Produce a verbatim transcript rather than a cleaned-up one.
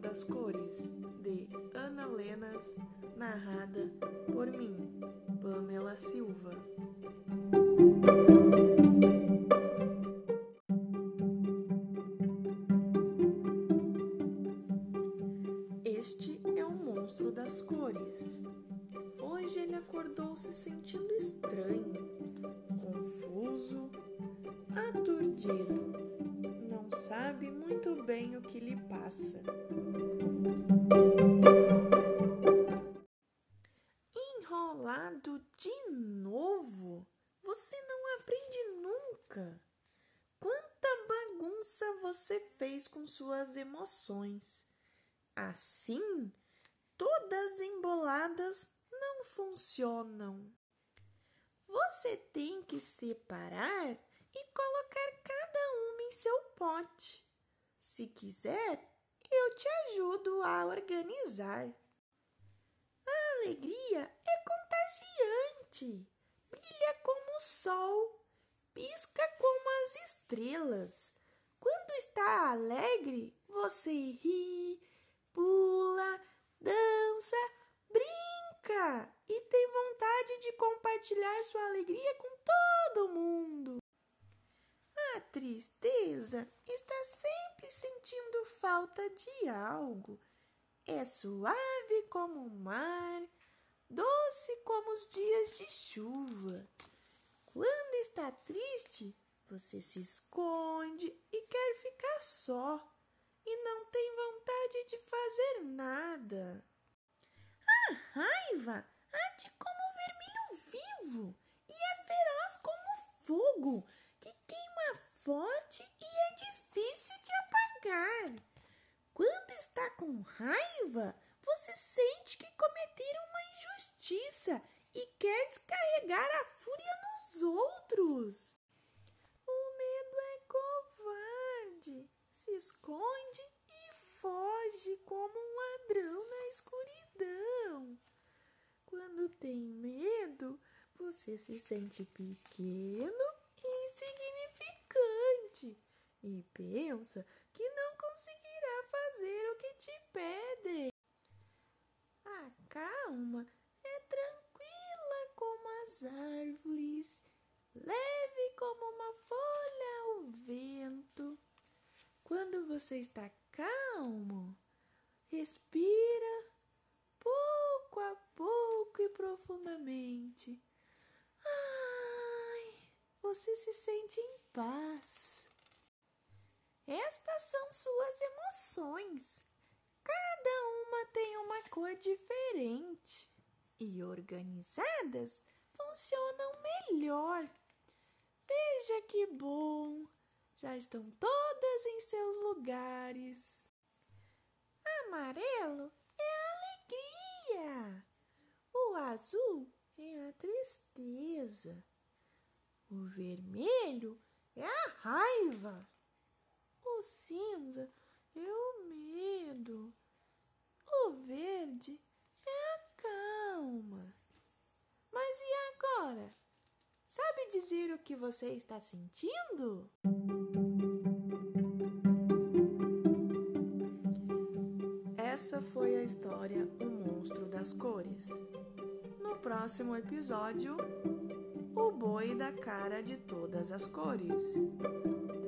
das Cores, de Ana Lenas, narrada por mim, Pamela Silva. Este é o monstro das cores. Hoje ele acordou se sentindo estranho, confuso, aturdido. Não sabe muito bem o que lhe passa. Enrolado de novo? Você não aprende nunca. Quanta bagunça você fez com suas emoções. Assim, todas emboladas não funcionam. Você tem que separar e colocar cada uma em seu pote. Se quiser, eu te ajudo a organizar. A alegria é contagiante, brilha como o sol, pisca como as estrelas. Quando está alegre, você ri, pula, dança, brinca e tem vontade de compartilhar sua alegria com todo mundo. A tristeza está sempre sentindo falta de algo. É suave como o mar, doce como os dias de chuva. Quando está triste, você se esconde e quer ficar só e não tem vontade de fazer nada. A raiva arde como um vermelho vivo e é feroz como fogo, que queima forte e é difícil de apagar. Quando está com raiva, você sente que cometeram uma injustiça e quer descarregar a fúria nos outros. O medo é covarde, se esconde e foge como um ladrão na escuridão. Quando tem medo, você se sente pequeno e insignificante e pensa que não conseguirá fazer o que te pedem. A calma é tranquila como as árvores, leve como uma folha ao vento. Quando você está calmo, respira pouco a pouco e profundamente. Ai, você se sente em paz. Estas são suas emoções. Cada uma tem uma cor diferente e organizadas funcionam melhor. Veja que bom! Já estão todas em seus lugares. Amarelo é a alegria. O azul é a tristeza. O vermelho é a raiva. O cinza é o medo. O verde é a calma. Mas e agora? Sabe dizer o que você está sentindo? Essa foi a história O Monstro das Cores. No próximo episódio, o boi da cara de todas as cores.